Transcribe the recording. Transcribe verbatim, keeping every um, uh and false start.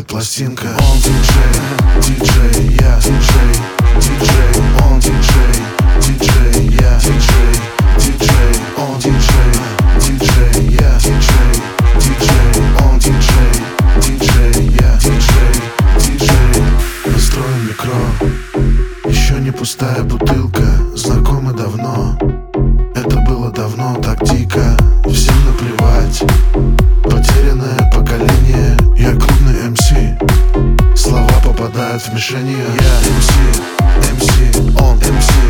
пластинка. Он диджей, диджей, я диджей, диджей, он диджей, диджей, я диджей, диджей, он диджей, диджей, я диджей, диджей, он диджей, диджей, я диджей, диджей. Настроен микро, еще не пустая бутылка, знакомы давно. Это было давно, так дико, всем наплевать. Потерянное поколение, я клубный эм си. Слова попадают в мишени, я эм си, эм си, он эм си.